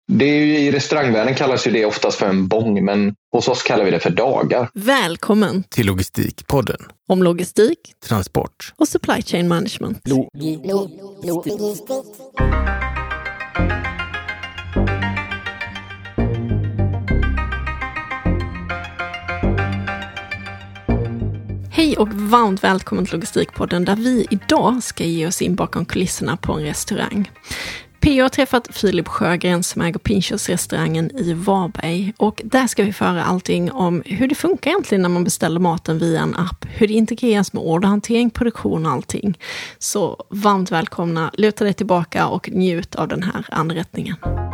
Det är ju, i restaurangvärlden kallas ju det oftast för en bång, men hos oss kallar vi det för dagar. Välkommen till Logistikpodden. om logistik, Transport och supply chain management. Hej och varmt välkommen till Logistikpodden, där vi idag ska ge oss in bakom kulisserna på en restaurang. P.O. har träffat Filip Sjögren som äger Pinchos-restaurangen i Varberg, och där ska vi föra allting om hur det funkar egentligen när man beställer maten via en app, hur det integreras med orderhantering, produktion och allting. Så varmt välkomna, luta dig tillbaka och njut av den här anrättningen.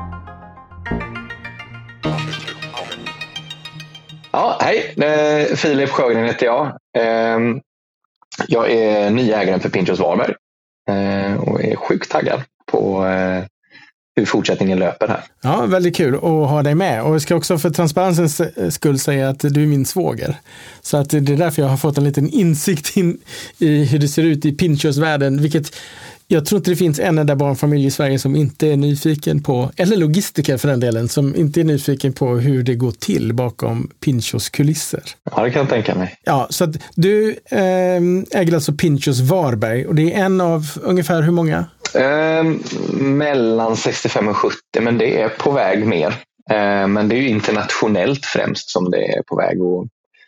Ja, hej, Filip Sjögren heter jag. Jag är nyägaren för Pinchos Varberg och är sjukt taggad på hur fortsättningen löper här. Ja, väldigt kul att ha dig med. Och jag ska också för transparensens skull säga att du är min svåger. Så att det är därför jag har fått en liten insikt in i hur det ser ut i Pinchos-världen, vilket jag tror inte det finns en enda barnfamilj i Sverige som inte är nyfiken på, eller logistiker för den delen, som inte är nyfiken på hur det går till bakom Pinchos kulisser. Ja, det kan jag tänka mig. Ja, så att du äger alltså Pinchos Varberg, och det är en av ungefär hur många? Mellan 65 och 70, men det är på väg mer. Men det är ju internationellt främst som det är på väg. Och,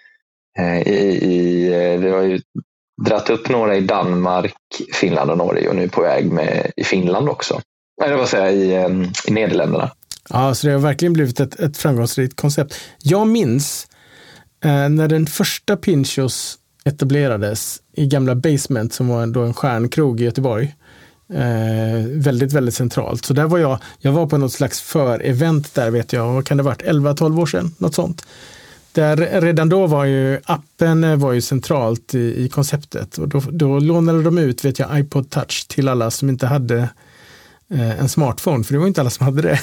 vi har ju dratt upp några i Danmark, Finland och Norge, och nu är på väg med i Finland också. Eller vad säger jag, i Nederländerna. Ja, så det har verkligen blivit ett framgångsrikt koncept. Jag minns när den första Pinchos etablerades i gamla Basement, som var då en stjärnkrog i Göteborg. Väldigt, väldigt centralt. Så där var jag var på något slags för-event där, vet jag. Vad kan det ha varit? 11-12 år sedan? Något sånt. Där redan då var ju appen var ju centralt i konceptet. Och då lånade de ut, vet jag, iPod Touch till alla som inte hade en smartphone. För det var inte alla som hade det.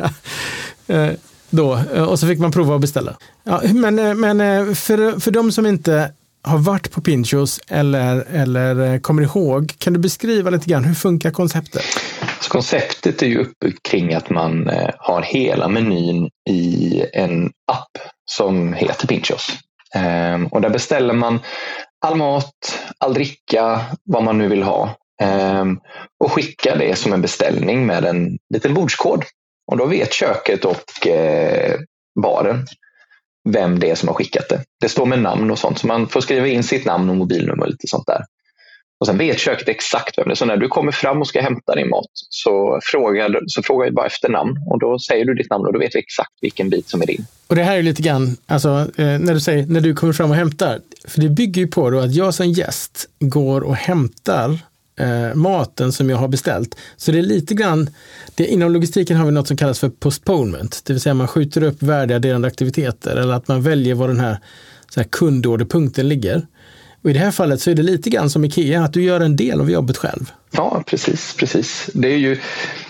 Då. Och så fick man prova att beställa. Ja, men för de som inte har varit på Pinchos eller kommer ihåg, kan du beskriva lite grann, hur funkar konceptet? Så konceptet är ju uppbyggt kring att man har hela menyn i en app som heter Pinchos. Och där beställer man all mat, all dricka, vad man nu vill ha, och skickar det som en beställning med en liten bordskod. Och då vet köket och baren vem det är som har skickat det. Det står med namn och sånt, så man får skriva in sitt namn och mobilnummer och lite sånt där. Och sen vet köket exakt vem det är. Så när du kommer fram och ska hämta din mat så frågar du bara efter namn, och då säger du ditt namn och då vet vi exakt vilken bit som är din. Och det här är lite grann, alltså när du säger när du kommer fram och hämtar, för det bygger ju på då att jag som gäst går och hämtar maten som jag har beställt. Så det är lite grann, inom logistiken har vi något som kallas för postponement, det vill säga man skjuter upp värdeadderande aktiviteter, eller att man väljer var den här, så här kundorderpunkten ligger. Och i det här fallet så är det lite grann som IKEA, att du gör en del av jobbet själv. Ja, precis. Det är ju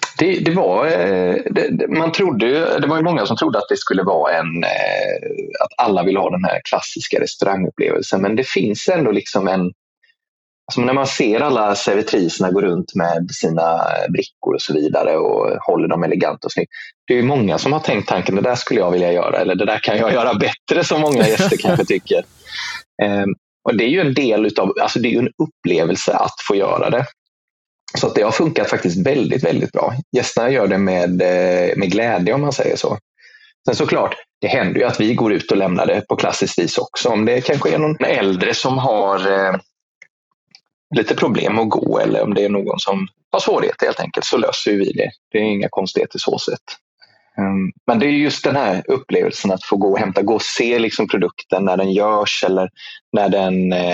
det var ju många som trodde att det skulle vara att alla vill ha den här klassiska restaurangupplevelsen, men det finns ändå liksom alltså när man ser alla servitriserna gå runt med sina brickor och så vidare och håller dem elegant och snyggt. Det är ju många som har tänkt tanken, det där skulle jag vilja göra, eller det där kan jag göra bättre, som många gäster kanske tycker. Och det är ju en del alltså det är ju en upplevelse att få göra det. Så att det har funkat faktiskt väldigt, väldigt bra. Gästerna gör det med glädje, om man säger så. Sen såklart, det händer ju att vi går ut och lämnar det på klassiskt vis också. Om det kanske är någon äldre som har lite problem att gå, eller om det är någon som har svårigheter helt enkelt, så löser vi det. Det är inga konstigheter så sätt. Men det är just den här upplevelsen att få gå och se liksom produkten när den görs, eller när den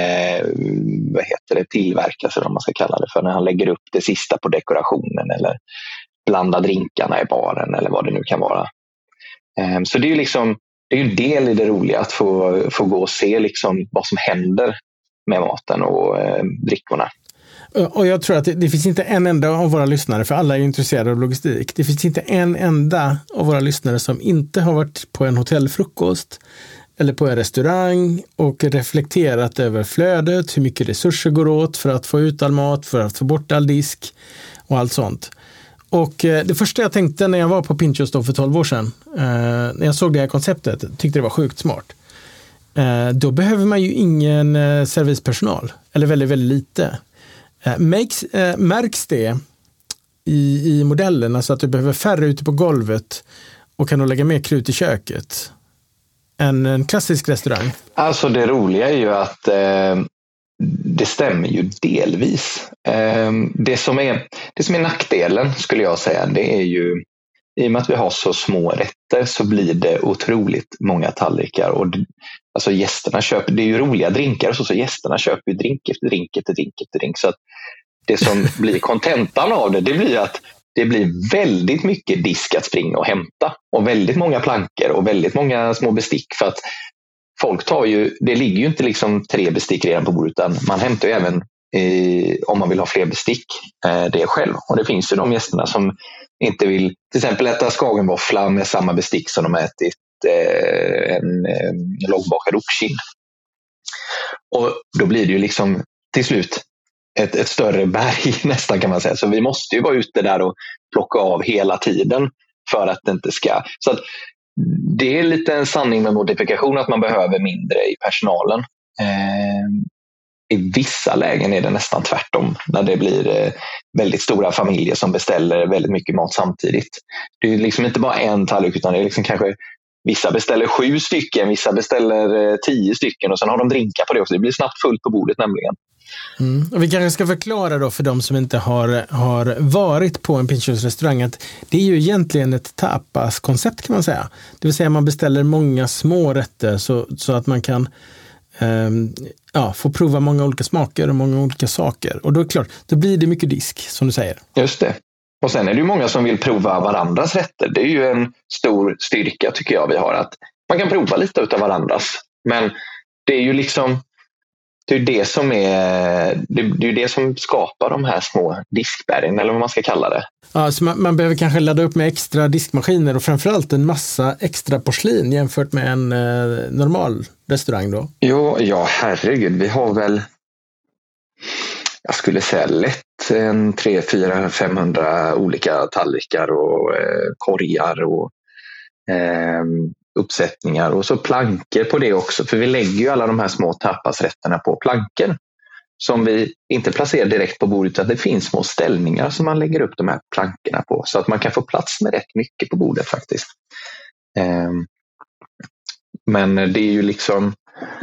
tillverkas, eller vad man ska kalla det för, när han lägger upp det sista på dekorationen eller blandar drinkarna i baren eller vad det nu kan vara. Så det är ju liksom, det är ju en del i det roliga att få gå och se liksom vad som händer med maten och drickorna. Och jag tror att det finns inte en enda av våra lyssnare, för alla är intresserade av logistik. Det finns inte en enda av våra lyssnare som inte har varit på en hotellfrukost eller på en restaurang och reflekterat över flödet, hur mycket resurser går åt för att få ut all mat, för att få bort all disk och allt sånt. Och det första jag tänkte när jag var på Pinchos då för 12 år sedan, när jag såg det här konceptet, tyckte det var sjukt smart. Då behöver man ju ingen servicepersonal, eller väldigt, väldigt lite. Märks det i modellen, alltså att du behöver färre ute på golvet och kan då lägga mer krut i köket än en klassisk restaurang? Alltså det roliga är ju att det stämmer ju delvis. Det som är nackdelen skulle jag säga, det är ju i och med att vi har så små rätter så blir det otroligt många tallrikar och alltså gästerna köper, det är ju roliga drinkar och så gästerna köper ju drink efter drink efter drink efter drink, så att det som blir kontentan av det blir att det blir väldigt mycket disk att springa och hämta och väldigt många plankor och väldigt många små bestick, för att folk tar ju, det ligger ju inte liksom 3 bestick redan på bordet, utan man hämtar ju även om man vill ha fler bestick det själv. Och det finns ju de gästerna som inte vill till exempel äta skagenvåffla med samma bestick som de ätit en lågbakad oxkind. Och då blir det ju liksom till slut ett större berg nästan, kan man säga. Så vi måste ju vara ute där och plocka av hela tiden för att det inte ska. Så att det är lite en sanning med modifikation att man behöver mindre i personalen. I vissa lägen är det nästan tvärtom, när det blir väldigt stora familjer som beställer väldigt mycket mat samtidigt. Det är liksom inte bara en tallrik, utan det är liksom kanske vissa beställer 7 stycken, vissa beställer 10 stycken och sen har de drinkar på det också. Det blir snabbt fullt på bordet nämligen. Och vi kanske ska förklara då för de som inte har varit på en Pinchos restaurang att det är ju egentligen ett tapas-koncept, kan man säga. Det vill säga man beställer många små rätter så att man kan få prova många olika smaker och många olika saker. Och då är det klart, då blir det mycket disk, som du säger. Just det. Och sen är det ju många som vill prova varandras rätter. Det är ju en stor styrka tycker jag vi har, att man kan prova lite utav varandras. Men det är ju liksom det är det som är det är det som skapar de här små diskbergen, eller vad man ska kalla det. Ja, så man behöver kanske ladda upp med extra diskmaskiner och framförallt en massa extra porslin jämfört med en normal restaurang då. Jo, ja herregud, vi har väl, jag skulle säga lätt 300, 400, 500 olika tallrikar och korgar och uppsättningar och så plankor på det också, för vi lägger ju alla de här små tapasrätterna på plankor som vi inte placerar direkt på bordet, utan det finns små ställningar som man lägger upp de här plankorna på så att man kan få plats med rätt mycket på bordet faktiskt. Men det är ju liksom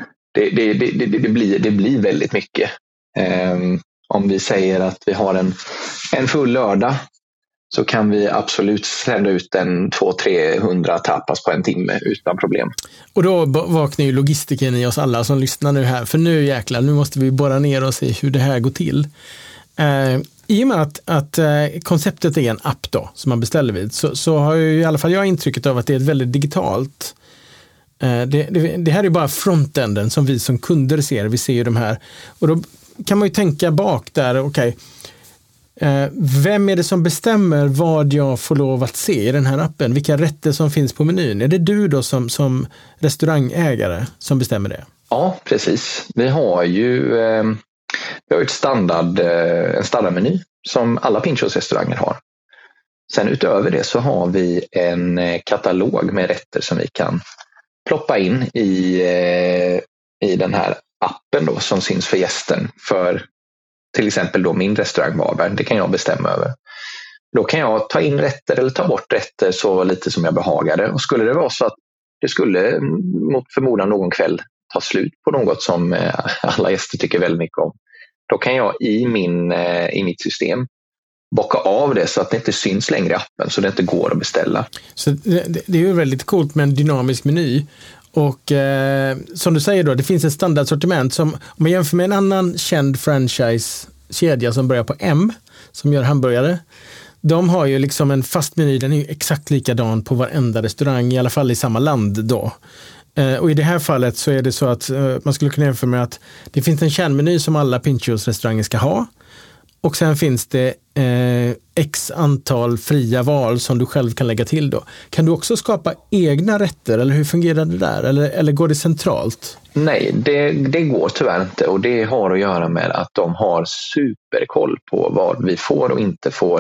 det blir väldigt mycket. Om vi säger att vi har en full lördag så kan vi absolut sända ut 200-300 tapas på en timme utan problem. Och då vaknar ju logistiken i oss alla som lyssnar nu här. För nu jäklar, nu måste vi borra ner oss i hur det här går till. I och med att konceptet är en app då, som man beställer vid, så har ju i alla fall jag intrycket av att det är ett väldigt digitalt. Det här är bara frontenden som vi som kunder ser. Vi ser ju de här. Och då kan man ju tänka bak där, okej. Vem är det som bestämmer vad jag får lov att se i den här appen? Vilka rätter som finns på menyn? Är det du då som restaurangägare som bestämmer det? Ja, precis. Vi har ju en standardmeny som alla Pinchos restauranger har. Sen utöver det så har vi en katalog med rätter som vi kan ploppa in i den här appen då, som syns för gästen. För till exempel då min restaurang Varberg, det kan jag bestämma över. Då kan jag ta in rätter eller ta bort rätter så lite som jag behagade. Och skulle det vara så att det skulle mot förmodan någon kväll ta slut på något som alla gäster tycker väldigt mycket om, då kan jag i mitt system bocka av det så att det inte syns längre i appen, så det inte går att beställa. Så det är ju väldigt coolt med en dynamisk meny. Och som du säger då, det finns ett standardsortiment som, om man jämför med en annan känd franchise-kedja som börjar på M, som gör hamburgare. De har ju liksom en fast meny, den är ju exakt likadan på varenda restaurang, i alla fall i samma land då. Och i det här fallet så är det så att man skulle kunna jämföra med att det finns en kärnmeny som alla Pinchos-restauranger ska ha. Och sen finns det x antal fria val som du själv kan lägga till då. Kan du också skapa egna rätter, eller hur fungerar det där? Eller går det centralt? Nej, det går tyvärr inte, och det har att göra med att de har superkoll på vad vi får och inte får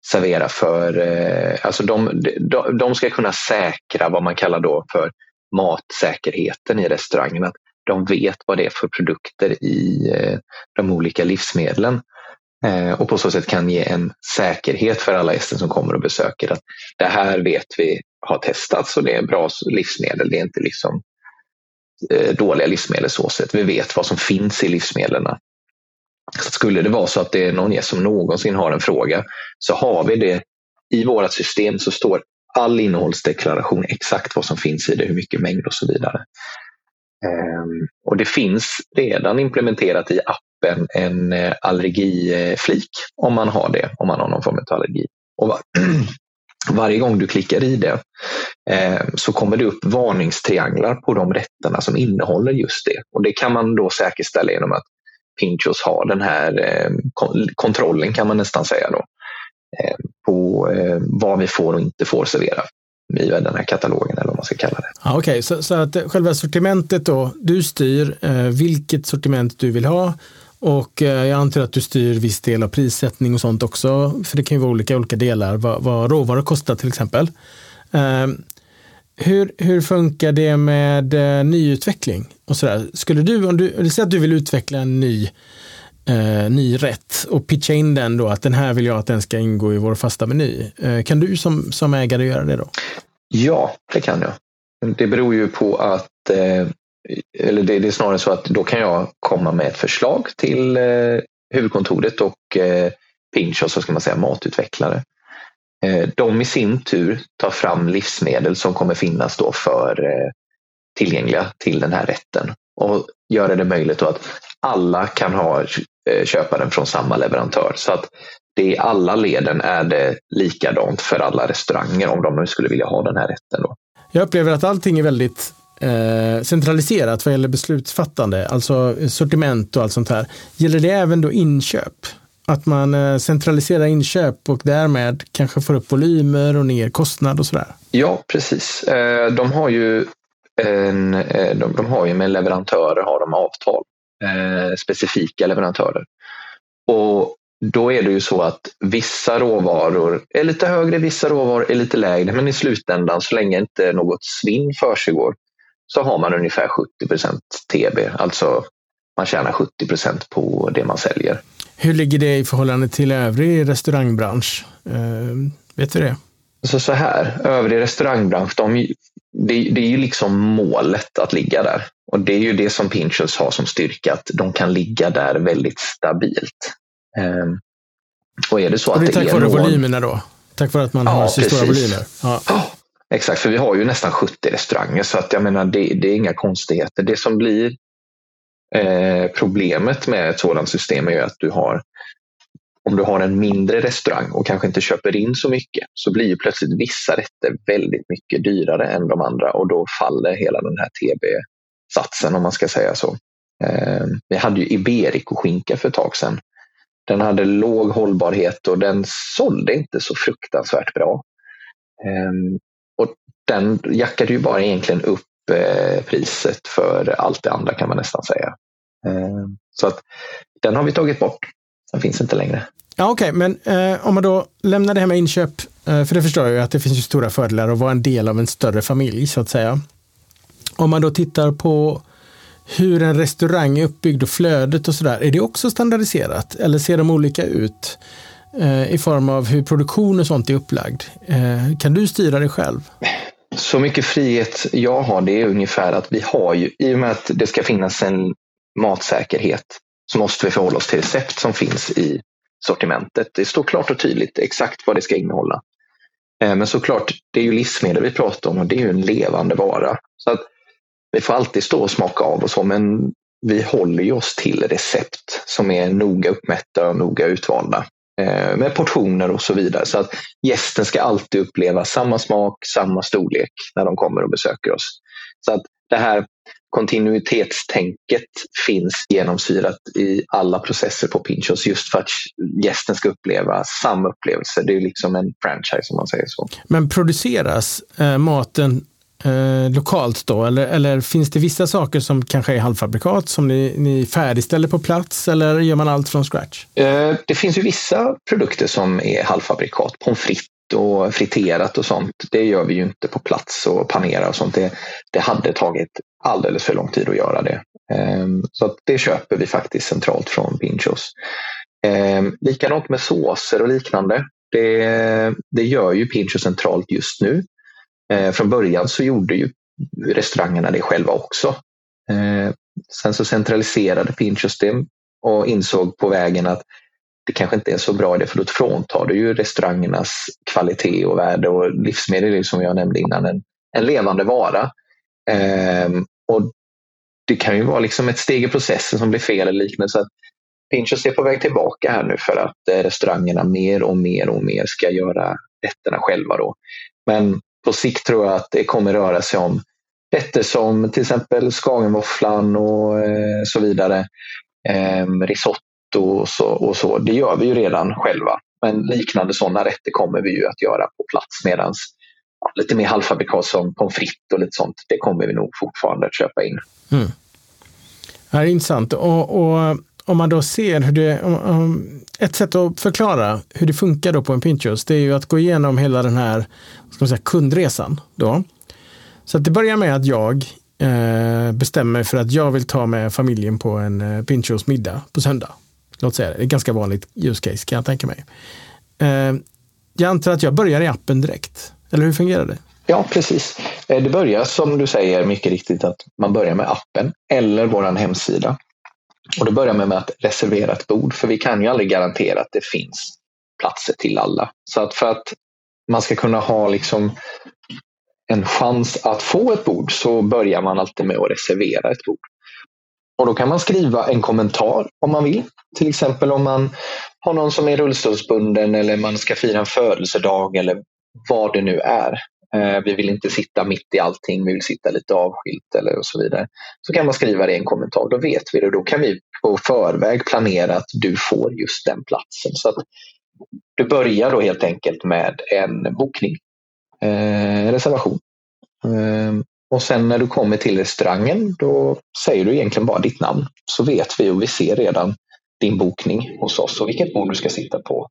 servera för, alltså de ska kunna säkra vad man kallar då för matsäkerheten i restaurangen. Att de vet vad det är för produkter i de olika livsmedlen. Och på så sätt kan ge en säkerhet för alla gäster som kommer och besöker att det här vet vi har testats och det är bra livsmedel. Det är inte liksom dåliga livsmedel så sätt. Vi vet vad som finns i livsmedlen. Så skulle det vara så att det är någon gäst som någonsin har en fråga så har vi det i vårt system, så står all innehållsdeklaration exakt vad som finns i det, hur mycket mängd och så vidare. Och det finns redan implementerat i appen en allergiflik om man har det, om man har någon form av allergi. Och varje gång du klickar i det så kommer det upp varningstrianglar på de rätterna som innehåller just det. Och det kan man då säkerställa genom att Pinchos har den här kontrollen, kan man nästan säga då, på vad vi får och inte får servera i den här katalogen, eller vad man ska kalla det. Ja, okej. Så att själva sortimentet då, du styr vilket sortiment du vill ha, och jag antar att du styr viss del av prissättning och sånt också, för det kan ju vara olika delar, vad råvaror kostar till exempel. Hur funkar det med nyutveckling och sådär? Skulle du, om du säger att du vill utveckla en ny rätt och pitcha in den då, att den här vill jag att den ska ingå i vår fasta meny. Kan du som ägare göra det då? Ja, det kan jag. Det beror ju på att, eller det är snarare så att då kan jag komma med ett förslag till huvudkontoret och Pinchos, så ska man säga, matutvecklare. De i sin tur tar fram livsmedel som kommer finnas då för tillgängliga till den här rätten och gör det möjligt då att alla kan köpa den från samma leverantör, så att det i alla leden är det likadant för alla restauranger om de nu skulle vilja ha den här rätten då. Jag upplever att allting är väldigt centraliserat vad gäller beslutsfattande, alltså sortiment och allt sånt här. Gäller det även då inköp? Att man centraliserar inköp och därmed kanske får upp volymer och ner kostnad och sådär? Ja, precis. De har ju med leverantörer har de avtal, specifika leverantörer. Och då är det ju så att vissa råvaror är lite högre, vissa råvaror är lite lägre, men i slutändan, så länge inte något svinn försiggår, så har man ungefär 70% TB, alltså man tjänar 70% på det man säljer. Hur ligger det i förhållande till övrig restaurangbransch? Vet du det? Så här, övrig restaurangbransch, det är ju liksom målet att ligga där. Och det är ju det som Pinchos har som styrka, att de kan ligga där väldigt stabilt. Och är det så att det är tack vare volymerna då? Tack vare att man har så stora volymer? Ja. Exakt, för vi har ju nästan 70 restauranger, så att jag menar, det är inga konstigheter. Det som blir problemet med ett sådant system är ju att om du har en mindre restaurang och kanske inte köper in så mycket, så blir ju plötsligt vissa rätter väldigt mycket dyrare än de andra, och då faller hela den här TB-satsen, om man ska säga så. Vi hade ju Iberico-skinka för ett tag sedan. Den hade låg hållbarhet och den sålde inte så fruktansvärt bra. Och den jackade ju bara egentligen upp priset för allt det andra, kan man nästan säga. Så att den har vi tagit bort. Den finns inte längre. Ja, okej. Men om man då lämnar det här med inköp, för det förstår jag ju att det finns ju stora fördelar att vara en del av en större familj, så att säga. Om man då tittar på hur en restaurang är uppbyggd och flödet och sådär, är det också standardiserat? Eller ser de olika ut i form av hur produktion och sånt är upplagd? Kan du styra det själv? Så mycket frihet jag har, det är ungefär att vi har ju, i och med att det ska finnas en matsäkerhet, så måste vi förhålla oss till recept som finns i sortimentet. Det står klart och tydligt exakt vad det ska innehålla. Men såklart, det är ju livsmedel vi pratar om, och det är ju en levande vara. Så att vi får alltid stå och smaka av och så, men vi håller ju oss till recept som är noga uppmätta och noga utvalda. Med portioner och så vidare. Så att gästen ska alltid uppleva samma smak, samma storlek när de kommer och besöker oss. Så att det här kontinuitetstänket finns genomsyrat i alla processer på Pinchos, just för att gästen ska uppleva samma upplevelse. Det är liksom en franchise, om man säger så. Men produceras maten lokalt då? Eller finns det vissa saker som kanske är halvfabrikat som ni färdigställer på plats, eller gör man allt från scratch? Det finns ju vissa produkter som är halvfabrikat. Pommes frites och friterat och sånt. Det gör vi ju inte på plats och panera och sånt. Det hade tagit alldeles för lång tid att göra det. Så att det köper vi faktiskt centralt från Pinchos. Likadant med såser och liknande. Det gör ju Pinchos centralt just nu. Från början så gjorde ju restaurangerna det själva också. Sen så centraliserade Pinchos det och insåg på vägen att det kanske inte är så bra idé, för då fråntar det ju restaurangernas kvalitet och värde, och livsmedel är, som jag nämnde innan, en levande vara. Och det kan ju vara liksom ett steg i processen som blir fel eller liknande, så att Pinchos är på väg tillbaka här nu för att restaurangerna mer och mer ska göra rätterna själva då. Men på sikt tror jag att det kommer röra sig om rätter som till exempel skagenvåfflan och så vidare, risotto och så. Det gör vi ju redan själva. Men liknande sådana rätter kommer vi ju att göra på plats, medan lite mer halvfabrikat som pommes frites och lite sånt, det kommer vi nog fortfarande att köpa in. Mm. Det är intressant. Och om man då ser hur det, ett sätt att förklara hur det funkar då på en Pinchos, det är ju att gå igenom hela den här, ska man säga, kundresan då. Så att det börjar med att jag bestämmer för att jag vill ta med familjen på en Pinchos middag på söndag. Låt säga det är ett ganska vanligt use case, kan jag tänka mig. Jag antar att jag börjar i appen direkt. Eller hur fungerar det? Ja, precis. Det börjar, som du säger mycket riktigt, att man börjar med appen eller våran hemsida. Och då börjar man med att reservera ett bord, för vi kan ju aldrig garantera att det finns platser till alla. Så att för att man ska kunna ha liksom en chans att få ett bord, så börjar man alltid med att reservera ett bord. Och då kan man skriva en kommentar om man vill. Till exempel om man har någon som är rullstolsbunden, eller man ska fira en födelsedag eller vad det nu är. Vi vill inte sitta mitt i allting, vi vill sitta lite avskilt eller och så vidare. Så kan man skriva det i en kommentar, då vet vi det. Då kan vi på förväg planera att du får just den platsen. Så att du börjar då helt enkelt med en bokning, reservation. Och sen när du kommer till restaurangen, då säger du egentligen bara ditt namn. Så vet vi, och vi ser redan din bokning hos oss och vilket bord du ska sitta på.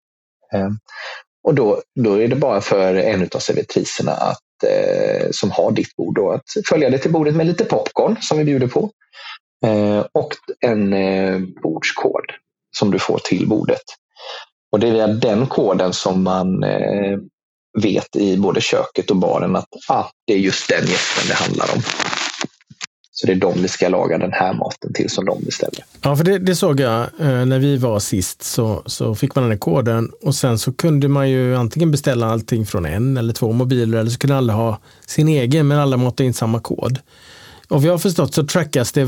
Och då är det bara för en av servitriserna som har ditt bord då, att följa det till bordet med lite popcorn som vi bjuder på. Och en bordskod som du får till bordet. Och det är den koden som man vet i både köket och baren att det är just den gästen det handlar om. Så det är de vi ska laga den här maten till som de beställer. Ja, för det såg jag när vi var sist, så fick man den här koden, och sen så kunde man ju antingen beställa allting från en eller två mobiler, eller så kunde alla ha sin egen, men alla måste in samma kod. Och vi har förstått så trackas det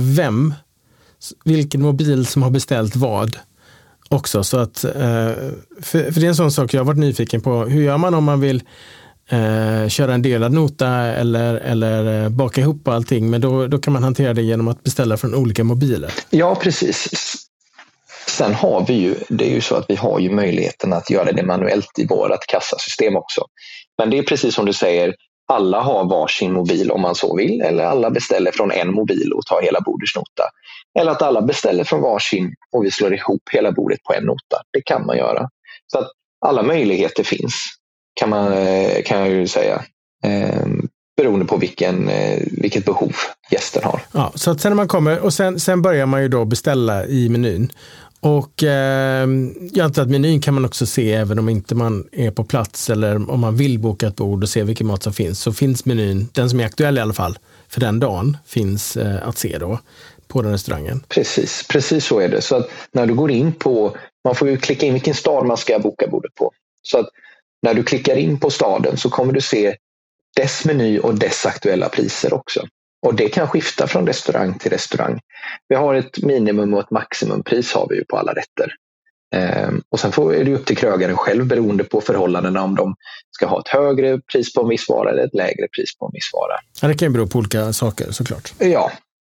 vilken mobil som har beställt vad också. Så att, för det är en sån sak jag har varit nyfiken på. Hur gör man om man vill köra en delad nota eller baka ihop allting, men då kan man hantera det genom att beställa från olika mobiler. Ja, precis. Sen har det är ju så att vi har ju möjligheten att göra det manuellt i vårt kassasystem också. Men det är precis som du säger, alla har varsin mobil om man så vill, eller alla beställer från en mobil och tar hela bordets nota. Eller att alla beställer från varsin och vi slår ihop hela bordet på en nota. Det kan man göra. Så att alla möjligheter finns, kan jag ju säga, beroende på vilket behov gästen har. Ja, så att sen när man kommer, och sen börjar man ju då beställa i menyn. Och jag antar att menyn kan man också se även om inte man är på plats, eller om man vill boka ett bord och se vilken mat som finns, så finns menyn, den som är aktuell i alla fall för den dagen, finns att se då på den restaurangen. Precis så är det. Så att när du går in på, man får ju klicka in vilken stad man ska boka bordet på. Så att när du klickar in på staden så kommer du se dess meny och dess aktuella priser också. Och det kan skifta från restaurang till restaurang. Vi har ett minimum och ett maximumpris har vi ju på alla rätter. Och sen är det upp till krögaren själv beroende på förhållandena om de ska ha ett högre pris på en viss vara eller ett lägre pris på en viss vara. Ja, det kan ju bero på olika saker såklart. Ja,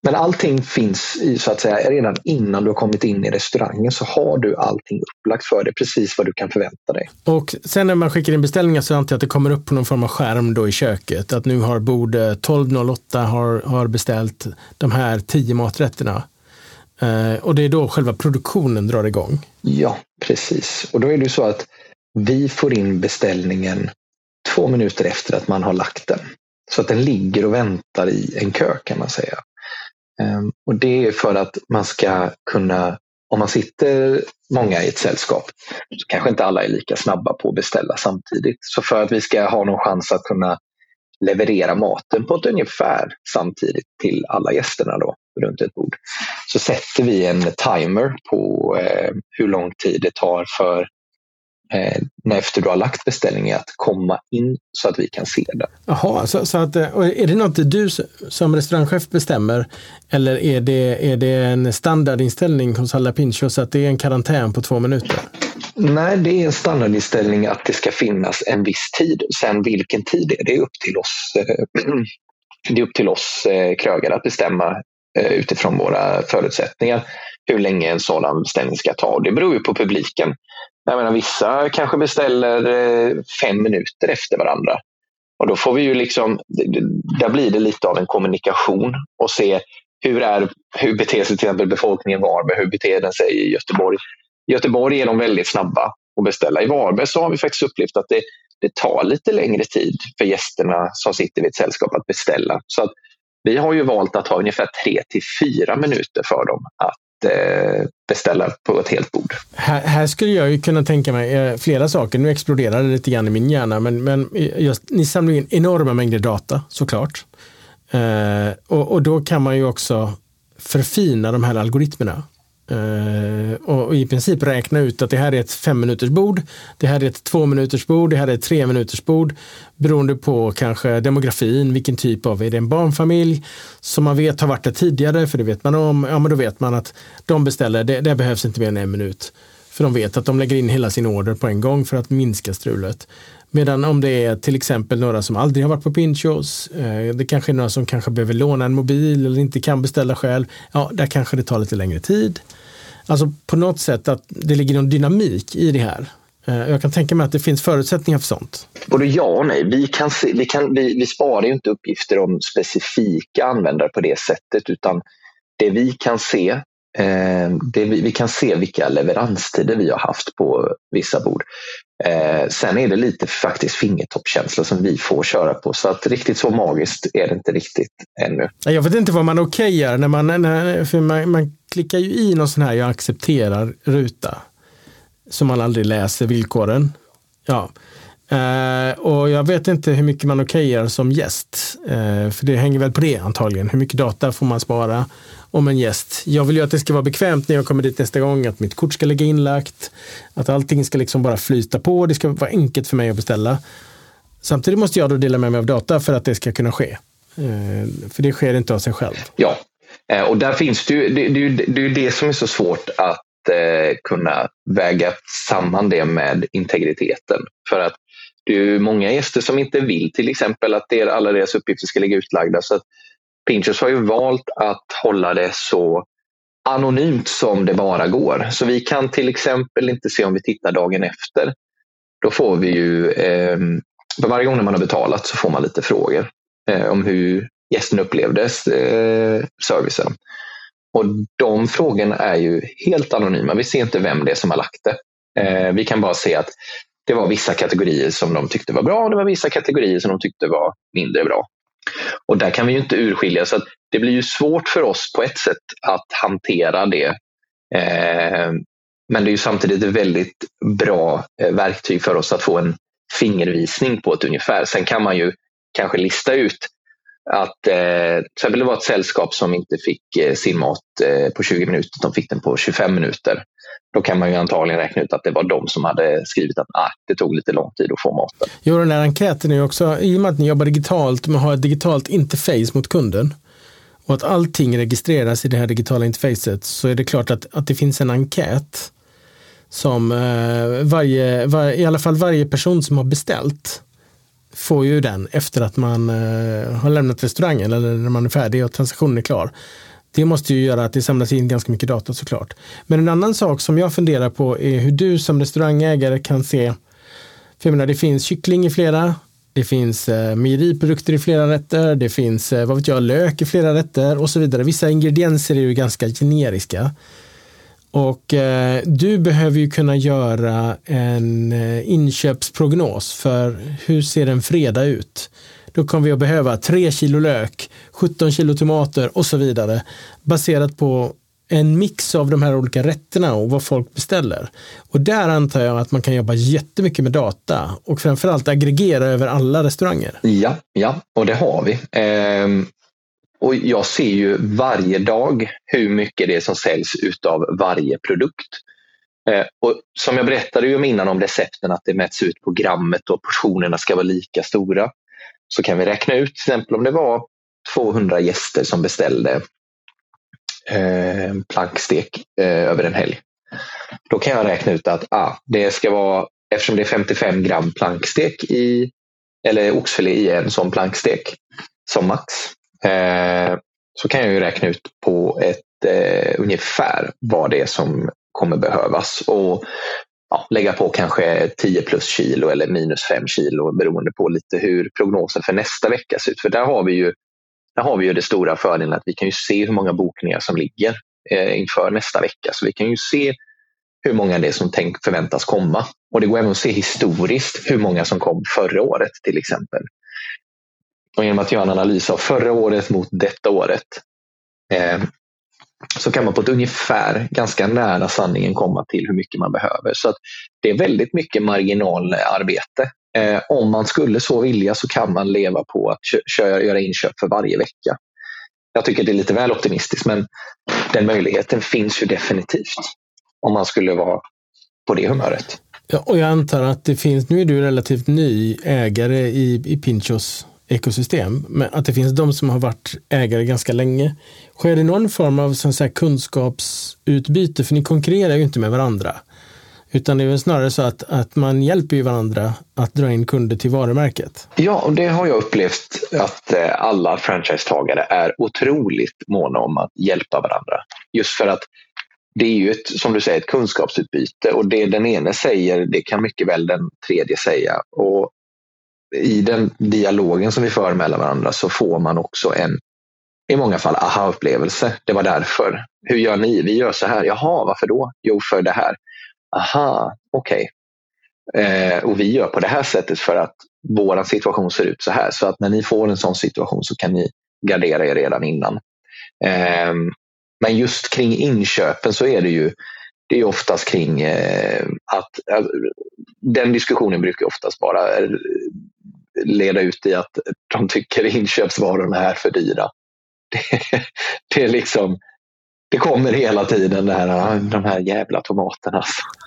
Men allting finns så att säga redan innan du har kommit in i restaurangen, så har du allting upplagt för dig, precis vad du kan förvänta dig. Och sen när man skickar in beställningar så antar jag att det kommer upp på någon form av skärm då i köket, att nu har bord 1208 har beställt de här 10 maträtterna. Och det är då själva produktionen drar igång. Ja, precis. Och då är det så att vi får in beställningen 2 minuter efter att man har lagt den. Så att den ligger och väntar i en kö, kan man säga. Och det är för att man ska kunna, om man sitter många i ett sällskap, så kanske inte alla är lika snabba på att beställa samtidigt. Så för att vi ska ha någon chans att kunna leverera maten på ett ungefär samtidigt till alla gästerna då, runt ett bord, så sätter vi en timer på hur lång tid det tar för när efter du har lagt beställningen att komma in så att vi kan se den. Jaha, så att, är det något du som restaurangchef bestämmer, eller är det en standardinställning hos alla Pinchos att det är en karantän på 2 minuter? Nej, det är en standardinställning att det ska finnas en viss tid. Sen vilken tid det är upp till oss. Det är upp till oss krögare att bestämma utifrån våra förutsättningar hur länge en sådan beställning ska ta. Det beror ju på publiken. Jag menar, vissa kanske beställer 5 minuter efter varandra. Och då får vi ju liksom, där blir det lite av en kommunikation och se hur beter sig till exempel befolkningen i Varberg, hur beter den sig i Göteborg. I Göteborg är de väldigt snabba att beställa. I Varberg så har vi faktiskt upplevt att det tar lite längre tid för gästerna som sitter i ett sällskap att beställa. Så att vi har ju valt att ha ungefär 3 till 4 minuter för dem att beställa på ett helt bord. Här skulle jag ju kunna tänka mig flera saker. Nu exploderar det lite grann i min hjärna, men just, ni samlar in enorma mängder data, såklart. Och då kan man ju också förfina de här algoritmerna. Och i princip räkna ut att det här är ett 5-minuters bord, det här är ett 2-minuters bord, det här är ett 3-minuters bord, beroende på kanske demografin, vilken typ av, är det en barnfamilj som man vet har varit där tidigare, för det vet man om, ja men då vet man att de beställer, det behövs inte mer än 1 minut, för de vet att de lägger in hela sin order på en gång för att minska strulet. Medan om det är till exempel några som aldrig har varit på Pinchos, det kanske är några som kanske behöver låna en mobil eller inte kan beställa själv, ja där kanske det tar lite längre tid. Alltså på något sätt att det ligger någon dynamik i det här. Jag kan tänka mig att det finns förutsättningar för sånt. Både ja och nej. Vi sparar ju inte uppgifter om specifika användare på det sättet, utan det vi kan se, vi kan se vilka leveranstider vi har haft på vissa bord. Sen är det lite faktiskt fingertoppkänsla som vi får köra på, så att riktigt så magiskt är det inte riktigt ännu. Jag vet inte vad man okejar för man klickar ju i någon sån här jag accepterar ruta som man aldrig läser villkoren. Ja. Och jag vet inte hur mycket man okejar som gäst, för det hänger väl på det antagligen. Hur mycket data får man spara om en gäst? Jag vill ju att det ska vara bekvämt när jag kommer dit nästa gång, att mitt kort ska ligga inlagt, att allting ska liksom bara flyta på, det ska vara enkelt för mig att beställa. Samtidigt måste jag då dela med mig av data för att det ska kunna ske. För det sker inte av sig själv. Ja, och där finns det är det som är så svårt att kunna väga samman det med integriteten. För att det är ju många gäster som inte vill till exempel att alla deras uppgifter ska ligga utlagda. Så att Pinchos har ju valt att hålla det så anonymt som det bara går. Så vi kan till exempel inte se, om vi tittar dagen efter. Då får vi ju, för varje gång när man har betalat så får man lite frågor om hur gästen upplevde servicen. Och de frågorna är ju helt anonyma. Vi ser inte vem det är som har lagt det. Vi kan bara se att det var vissa kategorier som de tyckte var bra och det var vissa kategorier som de tyckte var mindre bra. Och där kan vi ju inte urskilja, så att det blir ju svårt för oss på ett sätt att hantera det. Men det är ju samtidigt ett väldigt bra verktyg för oss att få en fingervisning på ett ungefär. Sen kan man ju kanske lista ut att till exempel det var ett sällskap som inte fick sin mat på 20 minuter, de fick den på 25 minuter. Då kan man ju antagligen räkna ut att det var de som hade skrivit att det tog lite lång tid att få maten. Jo, den här enkäten är ju också, i och med att ni jobbar digitalt, man har ett digitalt interface mot kunden och att allting registreras i det här digitala interfacet, så är det klart att det finns en enkät som i alla fall varje person som har beställt får ju den efter att man har lämnat restaurangen eller när man är färdig och transaktionen är klar. Det måste ju göra att det samlas in ganska mycket data såklart. Men en annan sak som jag funderar på är hur du som restaurangägare kan se, för jag menar, det finns kyckling i flera, det finns mejeriprodukter i flera rätter, det finns lök i flera rätter och så vidare. Vissa ingredienser är ju ganska generiska. Och du behöver ju kunna göra en inköpsprognos för hur ser en fredag ut. Då kommer vi att behöva 3 kilo lök, 17 kilo tomater och så vidare. Baserat på en mix av de här olika rätterna och vad folk beställer. Och där antar jag att man kan jobba jättemycket med data och framförallt aggregera över alla restauranger. Ja, och det har vi. Och jag ser ju varje dag hur mycket det är som säljs utav varje produkt. Och som jag berättade ju innan om recepten, att det mäts ut på grammet och portionerna ska vara lika stora. Så kan vi räkna ut, till exempel om det var 200 gäster som beställde plankstek över en helg. Då kan jag räkna ut att det ska vara, eftersom det är 55 gram plankstek eller oxfilé i en sån plankstek som max, så kan jag ju räkna ut på ett ungefär vad det är som kommer behövas och lägga på kanske 10 plus kilo eller minus 5 kilo beroende på lite hur prognosen för nästa vecka ser ut. För där har vi ju det stora fördelen att vi kan ju se hur många bokningar som ligger inför nästa vecka. Så vi kan ju se hur många det är som förväntas komma. Och det går även att se historiskt hur många som kom förra året till exempel. Och genom att göra en analys av förra året mot detta året så kan man på ett ungefär ganska nära sanningen komma till hur mycket man behöver. Så att det är väldigt mycket marginalarbete. Om man skulle så vilja så kan man leva på att göra inköp för varje vecka. Jag tycker det är lite väl optimistiskt, men den möjligheten finns ju definitivt om man skulle vara på det humöret. Ja, och jag antar att det finns, nu är du relativt ny ägare i Pinchos ekosystem, men att det finns de som har varit ägare ganska länge. Sker det någon form av sån här kunskapsutbyte? För ni konkurrerar ju inte med varandra. Utan det är väl snarare så att man hjälper ju varandra att dra in kunder till varumärket. Ja, och det har jag upplevt att alla franchisetagare är otroligt måna om att hjälpa varandra. Just för att det är ju som du säger, ett kunskapsutbyte. Och det den ene säger, det kan mycket väl den tredje säga. Och i den dialogen som vi för mellan varandra så får man också i många fall aha-upplevelse. Det var därför. Hur gör ni? Vi gör så här. Jaha, varför då? Jo, för det här. Aha, okej. Och vi gör på det här sättet för att vår situation ser ut så här. Så att när ni får en sån situation så kan ni gardera er redan innan. Men just kring inköpen så är det är oftast kring att den diskussionen brukar oftast bara leda ut i att de tycker inköpsvarorna är för dyra. Det är liksom, det kommer hela tiden de här jävla tomaterna.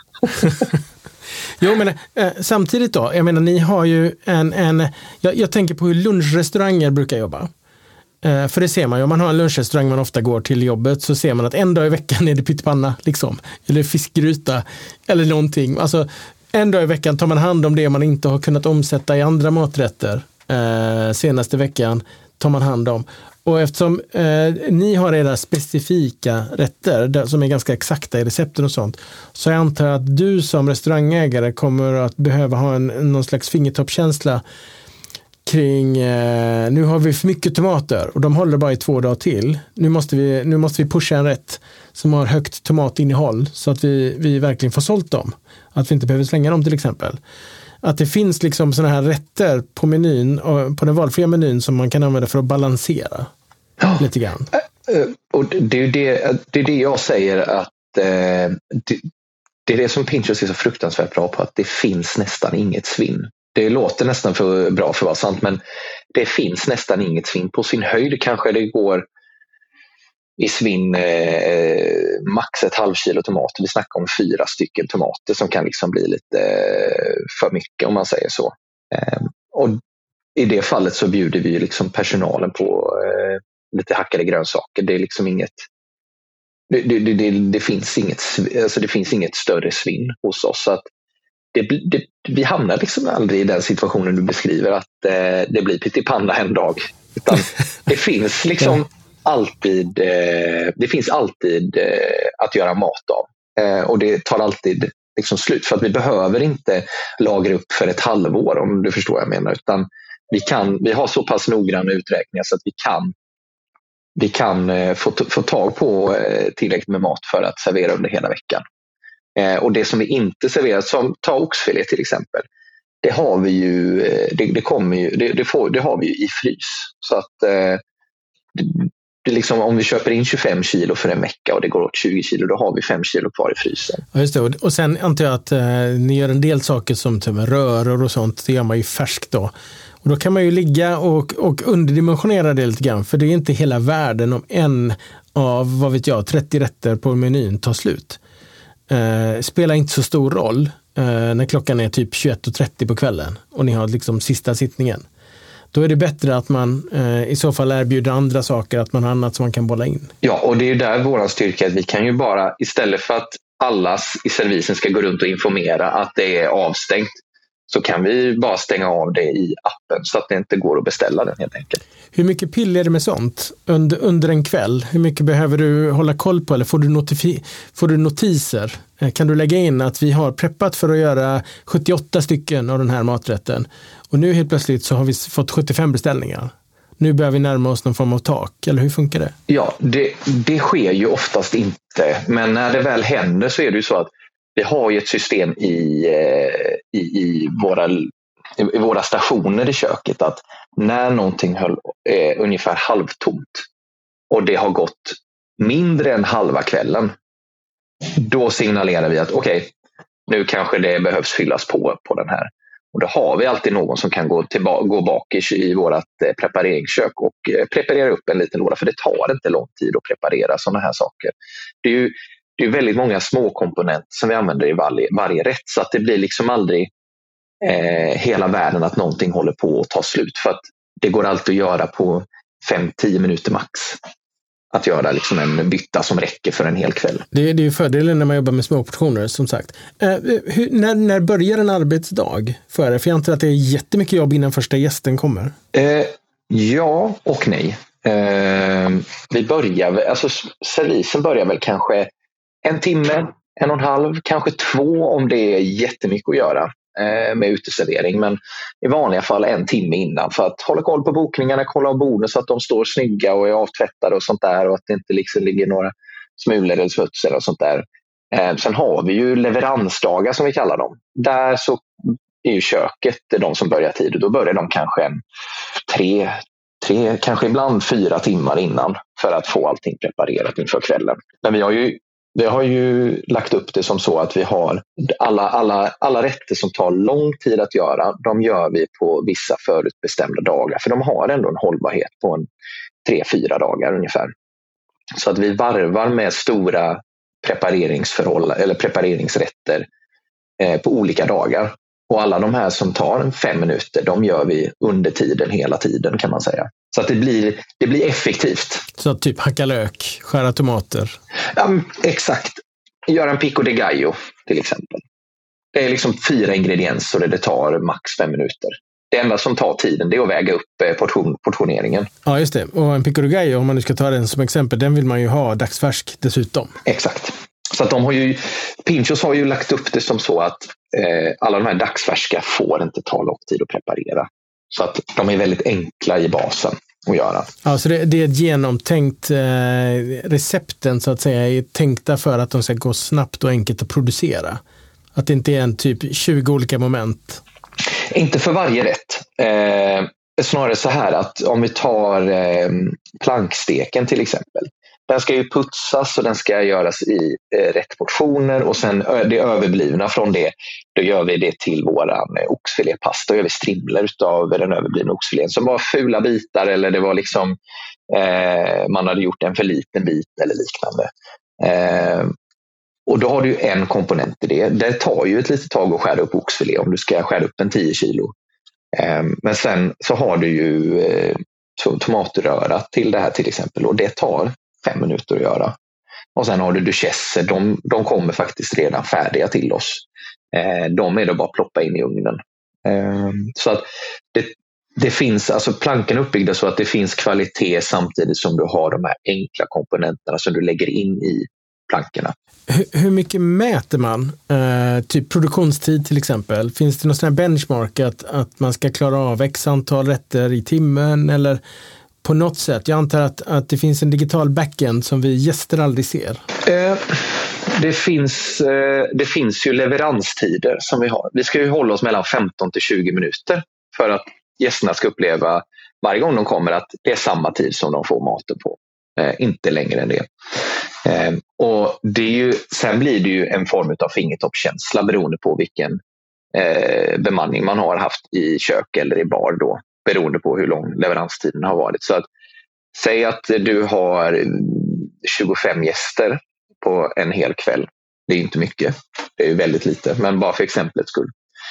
Jo, men samtidigt då, jag menar, ni har ju jag tänker på hur lunchrestauranger brukar jobba. För det ser man ju, om man har en lunchrestaurang man ofta går till jobbet, så ser man att en dag i veckan är det pyttipanna liksom, eller fiskgryta eller någonting. Alltså en dag i veckan tar man hand om det man inte har kunnat omsätta i andra maträtter. Senaste veckan tar man hand om. Och eftersom ni har era specifika rätter som är ganska exakta i recepten och sånt, så jag antar att du som restaurangägare kommer att behöva ha någon slags fingertoppkänsla kring nu har vi för mycket tomater och de håller bara i 2 dagar till. Nu måste vi pusha en rätt som har högt tomatinnehåll så att vi verkligen får sålt dem. Att vi inte behöver slänga dem till exempel. Att det finns liksom såna här rätter på menyn, på den valfria menyn, som man kan använda för att balansera lite grann. Och det är det jag säger, att det är det som Pinchos är så fruktansvärt bra på, att det finns nästan inget svinn. Det låter nästan för bra för att vara sant, men det finns nästan inget svinn. På sin höjd kanske det går i svinn max 1/2 kilo tomater. Vi snackar om 4 stycken tomater som kan liksom bli lite för mycket, om man säger så. Och i det fallet så bjuder vi liksom personalen på lite hackade grönsaker. Det är liksom inget, det finns inget, alltså det finns inget större svinn hos oss. Så att vi hamnar liksom aldrig i den situationen du beskriver, att det blir pyttipanna en dag. Utan det finns liksom alltid att göra mat av. Och det tar alltid liksom slut, för att vi behöver inte lagra upp för ett halvår, om du förstår vad jag menar, utan vi har så pass noggranna uträkningar så att vi kan få tag på tillräckligt med mat för att servera under hela veckan. Och det som vi inte serverar, som ta oxfilé till exempel, det har vi ju det har vi ju i frys. Så att det liksom, om vi köper in 25 kilo för en vecka och det går åt 20 kilo, då har vi 5 kilo kvar i frysen. Ja, just det. Och sen antar jag att ni gör en del saker som typ röror och sånt, det gör man ju färskt då. Och då kan man ju ligga och underdimensionera det lite grann, för det är inte hela världen om en av, vad vet jag, 30 rätter på menyn tar slut. Spelar inte så stor roll när klockan är typ 21:30 på kvällen och ni har liksom sista sittningen. Då är det bättre att man i så fall erbjuder andra saker, att man har annat som man kan bolla in. Ja, och det är ju där våran styrka, att vi kan ju bara, istället för att alla i servisen ska gå runt och informera att det är avstängt, så kan vi bara stänga av det i appen så att det inte går att beställa den helt enkelt. Hur mycket pill är det med sånt under en kväll? Hur mycket behöver du hålla koll på, eller får du notiser? Kan du lägga in att vi har preppat för att göra 78 stycken av den här maträtten och nu helt plötsligt så har vi fått 75 beställningar. Nu börjar vi närma oss någon form av tak, eller hur funkar det? Ja, det sker ju oftast inte, men när det väl händer så är det ju så att vi har ju ett system i våra stationer i köket, att när någonting är ungefär halvtomt och det har gått mindre än halva kvällen, då signalerar vi att okej, nu kanske det behövs fyllas på den här. Och då har vi alltid någon som kan gå bak i vårt prepareringskök och preparera upp en liten låda, för det tar inte lång tid att preparera sådana här saker. Det är väldigt många små komponenter som vi använder i varje rätt, så att det blir liksom aldrig hela världen att någonting håller på att ta slut, för att det går alltid att göra på 5-10 minuter max. Att göra liksom en bytta som räcker för en hel kväll. Det är ju fördelen när man jobbar med små portioner, som sagt. När börjar en arbetsdag för er? För jag antar att det är jättemycket jobb innan första gästen kommer. Ja och nej. Servisen börjar väl kanske 1 timme, 1,5, kanske 2 om det är jättemycket att göra med uteservering, men i vanliga fall 1 timme innan, för att hålla koll på bokningarna, kolla av borden så att de står snygga och är avtvättade och sånt där, och att det inte liksom ligger några smulor eller smutsar och sånt där. Sen har vi ju leveransdagar som vi kallar dem. Där så är ju köket de som börjar tid, och då börjar de kanske 3, kanske ibland 4 timmar innan, för att få allting preparerat inför kvällen. Men vi har ju lagt upp det som så att vi har alla rätter som tar lång tid att göra, de gör vi på vissa förutbestämda dagar, för de har ändå en hållbarhet på 3-4 dagar ungefär. Så att vi varvar med stora prepareringsrätter på olika dagar. Och alla de här som tar 5 minuter, de gör vi under tiden, hela tiden kan man säga. Så att det blir effektivt. Så typ hacka lök, skära tomater? Ja, exakt. Göra en pico de gallo till exempel. Det är liksom 4 ingredienser och det tar max 5 minuter. Det enda som tar tiden, det är att väga upp portioneringen. Ja, just det. Och en pico de gallo, om man nu ska ta den som exempel, den vill man ju ha dagsfärsk dessutom. Exakt. Så att Pinchos har ju lagt upp det som så att alla de här dagsfärska får inte ta lång tid att preparera. Så att de är väldigt enkla i basen att göra. Ja, så det är ett genomtänkt recepten så att säga är tänkta för att de ska gå snabbt och enkelt att producera. Att det inte är en typ 20 olika moment. Inte för varje rätt. Snarare så här att om vi tar planksteken till exempel. Den ska ju putsas och den ska göras i rätt portioner, och sen det överblivna från det, då gör vi det till våran oxfilépasta. Då gör vi strimlor utav den överblivna oxfilén som var fula bitar, eller det var liksom man hade gjort en för liten bit eller liknande. Och då har du ju en komponent i det. Det tar ju ett litet tag att skära upp oxfilé om du ska skära upp en 10 kilo. Men sen så har du ju tomatröra till det här till exempel, och det tar 5 minuter att göra. Och sen har du duchesser, de kommer faktiskt redan färdiga till oss. De är då bara att ploppa in i ugnen. Så att det finns, alltså plankan är uppbyggda så att det finns kvalitet samtidigt som du har de här enkla komponenterna som du lägger in i plankorna. Hur mycket mäter man? Typ produktionstid till exempel. Finns det någon sån här benchmark att man ska klara av x antal rätter i timmen eller på något sätt? Jag antar att det finns en digital backend som vi gäster aldrig ser. Det finns ju leveranstider som vi har. Vi ska ju hålla oss mellan 15 till 20 minuter för att gästerna ska uppleva varje gång de kommer att det är samma tid som de får maten på. Inte längre än det. Och det är ju, sen blir det ju en form av fingertoppskänsla beroende på vilken bemanning man har haft i kök eller i bar då, beroende på hur lång leveranstiden har varit. Så att säg att du har 25 gäster på en hel kväll. Det är inte mycket, det är ju väldigt lite, men bara för exemplets skull.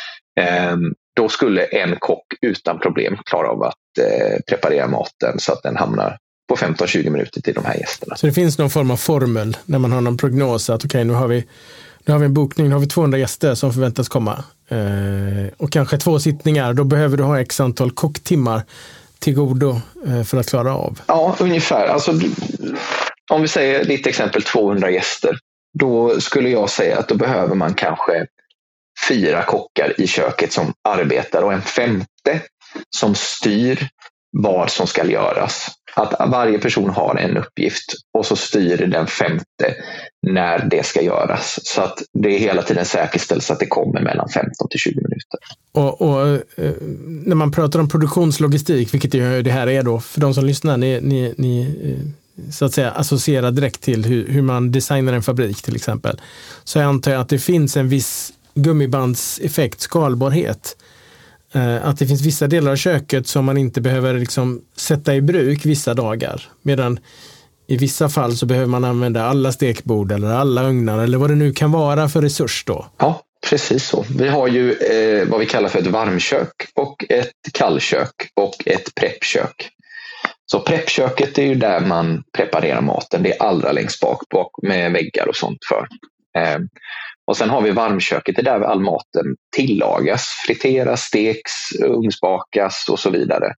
Då skulle en kock utan problem klara av att preparera maten så att den hamnar på 15-20 minuter till de här gästerna. Så det finns någon form av formel när man har någon prognos att okej, nu har vi en bokning, nu har vi 200 gäster som förväntas komma och kanske 2 sittningar, då behöver du ha x antal kocktimmar till godo för att klara av. Ja, ungefär. Alltså, om vi säger ditt exempel 200 gäster, då skulle jag säga att då behöver man kanske 4 kockar i köket som arbetar och en 5:e som styr vad som ska göras. Att varje person har en uppgift och så styr den 5:e när det ska göras. Så att det hela tiden säkerställs att det kommer mellan 15 till 20 minuter. Och när man pratar om produktionslogistik, vilket det här är då, för de som lyssnar, ni så att säga associerar direkt till hur man designar en fabrik till exempel. Så jag antar att det finns en viss gummibandseffekt, skalbarhet. Att det finns vissa delar av köket som man inte behöver liksom sätta i bruk vissa dagar. Medan i vissa fall så behöver man använda alla stekbord eller alla ugnar eller vad det nu kan vara för resurs då. Ja, precis så. Vi har ju vad vi kallar för ett varmkök och ett kallkök och ett preppkök. Så preppköket är ju där man preparerar maten. Det är allra längst bak med väggar och sånt för. Och sen har vi varmköket, det är där all maten tillagas, friteras, steks, ugnsbakas och så vidare.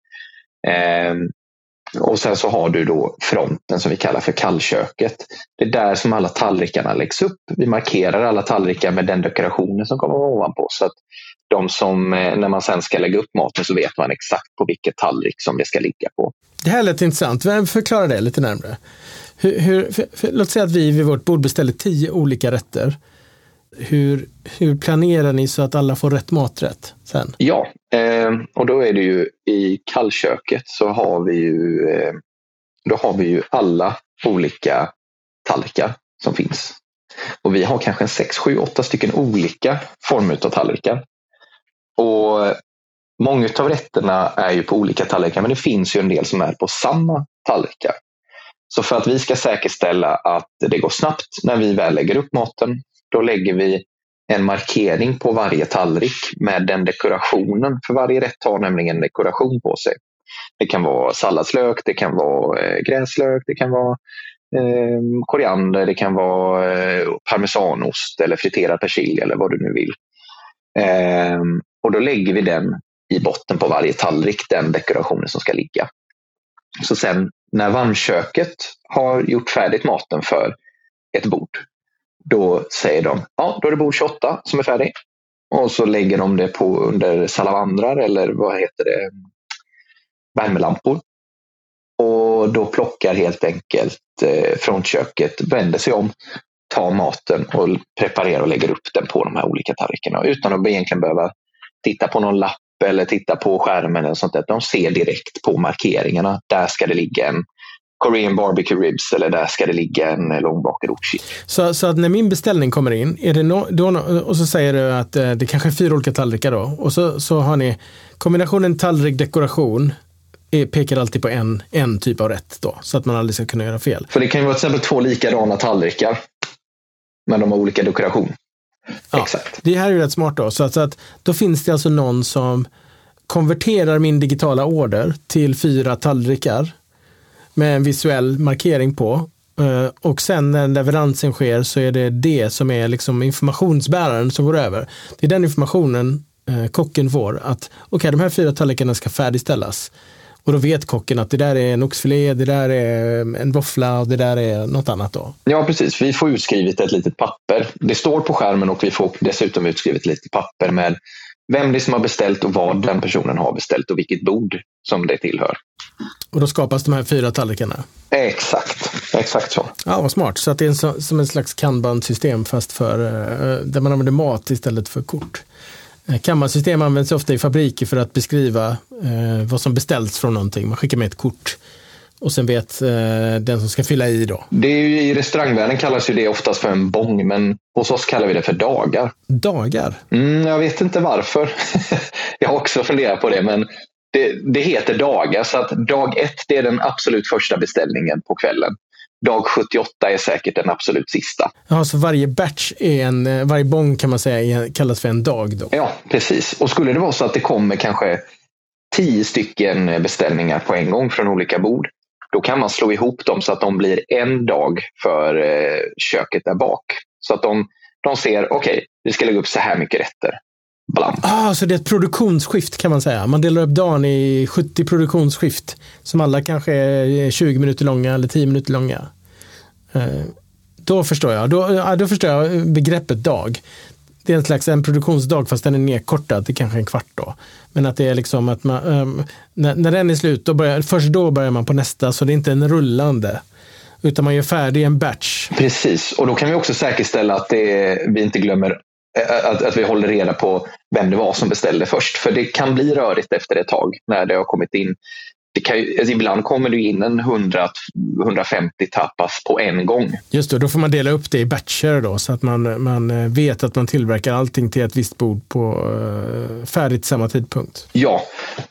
Och sen så har du då fronten som vi kallar för kallköket. Det är där som alla tallrikarna läggs upp. Vi markerar alla tallrikar med den dekorationen som kommer ovanpå. Så att de som, när man sen ska lägga upp maten så vet man exakt på vilket tallrik som det ska ligga på. Det här är lite intressant. Vem förklarar det lite närmare? Låt säga att vi vid vårt bord beställer 10 olika rätter. Hur planerar ni så att alla får rätt maträtt sen? Ja, och då är det ju i kallköket så har vi ju alla olika tallrikar som finns. Och vi har kanske 6, 7, 8 stycken olika former av tallrikar. Och många av rätterna är ju på olika tallrikar, men det finns ju en del som är på samma tallrikar. Så för att vi ska säkerställa att det går snabbt när vi väl lägger upp maten, då lägger vi en markering på varje tallrik med den dekorationen. För varje rätt har nämligen en dekoration på sig. Det kan vara salladslök, det kan vara gräslök, det kan vara koriander, det kan vara parmesanost eller friterad persilja eller vad du nu vill. Och då lägger vi den i botten på varje tallrik, den dekorationen som ska ligga. Så sen när varmköket har gjort färdigt maten för ett bord, då säger de, ja, då är det bord 28 som är färdig. Och så lägger de det på under salamandrar eller vad heter det, värmelampor. Och då plockar helt enkelt frontköket, vänder sig om, tar maten och preparerar och lägger upp den på de här olika tallrikarna. Utan att egentligen behöva titta på någon lapp eller titta på skärmen eller sånt där. De ser direkt på markeringarna. Där ska det ligga en Korean barbecue ribs eller där ska det ligga en långbakad oxfilé. Så att när min beställning kommer in, är det och så säger du att det kanske är 4 olika tallrikar då. Och så har ni kombinationen tallrik-dekoration pekar alltid på en typ av rätt då. Så att man aldrig ska kunna göra fel. För det kan ju vara till exempel 2 likadana tallrikar. Men de har olika dekoration. Ja, exakt. Det här är ju rätt smart då. Så att då finns det alltså någon som konverterar min digitala order till 4 tallrikar med en visuell markering på. Och sen när leveransen sker så är det som är liksom informationsbäraren som går över. Det är den informationen kocken får att okej, de här 4 tallrikarna ska färdigställas. Och då vet kocken att det där är en oxfilé, det där är en våffla och det där är något annat då. Ja, precis. Vi får utskrivet ett litet papper. Det står på skärmen och vi får dessutom utskrivet ett litet papper med vem det är som har beställt och vad den personen har beställt och vilket bord som det tillhör. Och då skapas de här 4 tallrikarna? Exakt så. Ja, vad smart. Så att det är som en slags kanban-system fast för där man använder mat istället för kort. Kanban-system används ofta i fabriker för att beskriva vad som beställts från någonting. Man skickar med ett kort och sen vet den som ska fylla i då. Det är ju, i restaurangvärlden kallas ju det oftast för en bong, men hos oss kallar vi det för dagar. Dagar? Jag vet inte varför. Jag har också funderat på det, men det heter dagar. Så att dag 1, det är den absolut första beställningen på kvällen. Dag 78 är säkert den absolut sista. Ja, så varje batch är varje bong kan man säga kallas för en dag då? Ja, precis. Och skulle det vara så att det kommer kanske 10 stycken beställningar på en gång från olika bord, då kan man slå ihop dem så att de blir en dag för köket där bak. Så att de ser, okej, vi ska lägga upp så här mycket rätter. Så det är ett produktionsskift kan man säga. Man delar upp dagen i 70 produktionsskift som alla kanske är 20 minuter långa eller 10 minuter långa. Då förstår jag. Då förstår jag begreppet dag. Det är en slags en produktionsdag fast den är nedkortad till kanske en kvart då. Men att det är liksom att man, när den är slut, först då börjar man på nästa, så det är inte en rullande. Utan man gör färdig en batch. Precis, och då kan vi också säkerställa att vi inte glömmer att vi håller reda på vem det var som beställde först. För det kan bli rörigt efter ett tag när det har kommit in. Ibland kommer det in en 100-150 tapas på en gång. Just det, då får man dela upp det i batcher då, så att man vet att man tillverkar allting till ett visst bord på färdigt samma tidpunkt. Ja.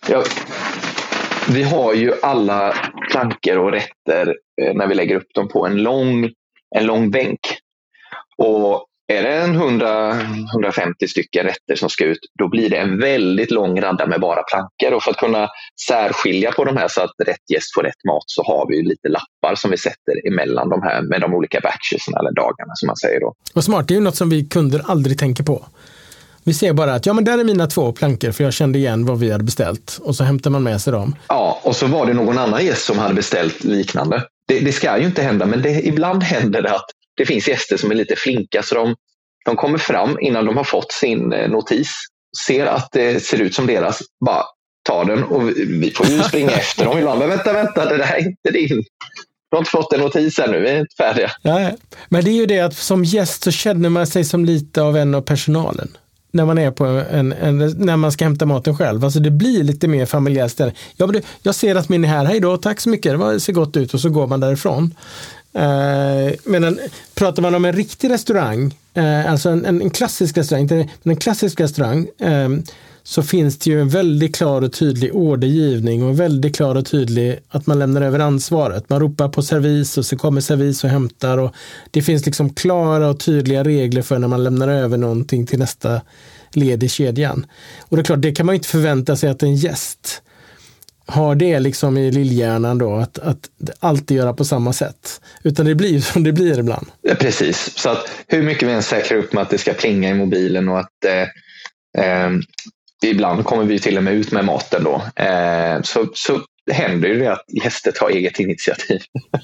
Vi har ju alla plankor och rätter när vi lägger upp dem på en lång bänk. Och är det en 100-150 stycken rätter som ska ut, då blir det en väldigt lång radda med bara plankor. Och för att kunna särskilja på de här så att rätt gäst får rätt mat, så har vi ju lite lappar som vi sätter emellan de här med de olika batches eller dagarna som man säger då. Vad smart, det är ju något som vi kunder aldrig tänker på. Vi ser bara att men där är mina 2 plankor för jag kände igen vad vi hade beställt. Och så hämtar man med sig dem. Ja, och så var det någon annan gäst som hade beställt liknande. Det ska ju inte hända, men ibland händer det att det finns gäster som är lite flinka, så de kommer fram innan de har fått sin notis, ser att det ser ut som deras, bara tar den och vi får ju springa efter dem ibland. Men vänta, det där är inte din. Du har inte fått en notis ännu, vi är inte färdiga. Ja, men det är ju det att som gäst så känner man sig som lite av en av personalen. När man är på när man ska hämta maten själv. Alltså det blir lite mer familjärt ställe. Jag ser att min är här, hej då, tack så mycket, det ser gott ut, och så går man därifrån. Men pratar man om en riktig restaurang, alltså en klassisk restaurang, inte en klassisk restaurang, så finns det ju en väldigt klar och tydlig ordergivning och väldigt klar och tydlig att man lämnar över ansvaret. Man ropar på servis och så kommer servis och hämtar, och det finns liksom klara och tydliga regler för när man lämnar över någonting till nästa led i kedjan. Och det är klart, det kan man inte förvänta sig att en gäst har det liksom i lillhjärnan då, att alltid göra på samma sätt. Utan det blir som det blir ibland. Ja, precis, så att hur mycket vi än säkrar upp med att det ska plinga i mobilen och att ibland kommer vi till och med ut med maten då. Så händer ju det att gäster tar eget initiativ.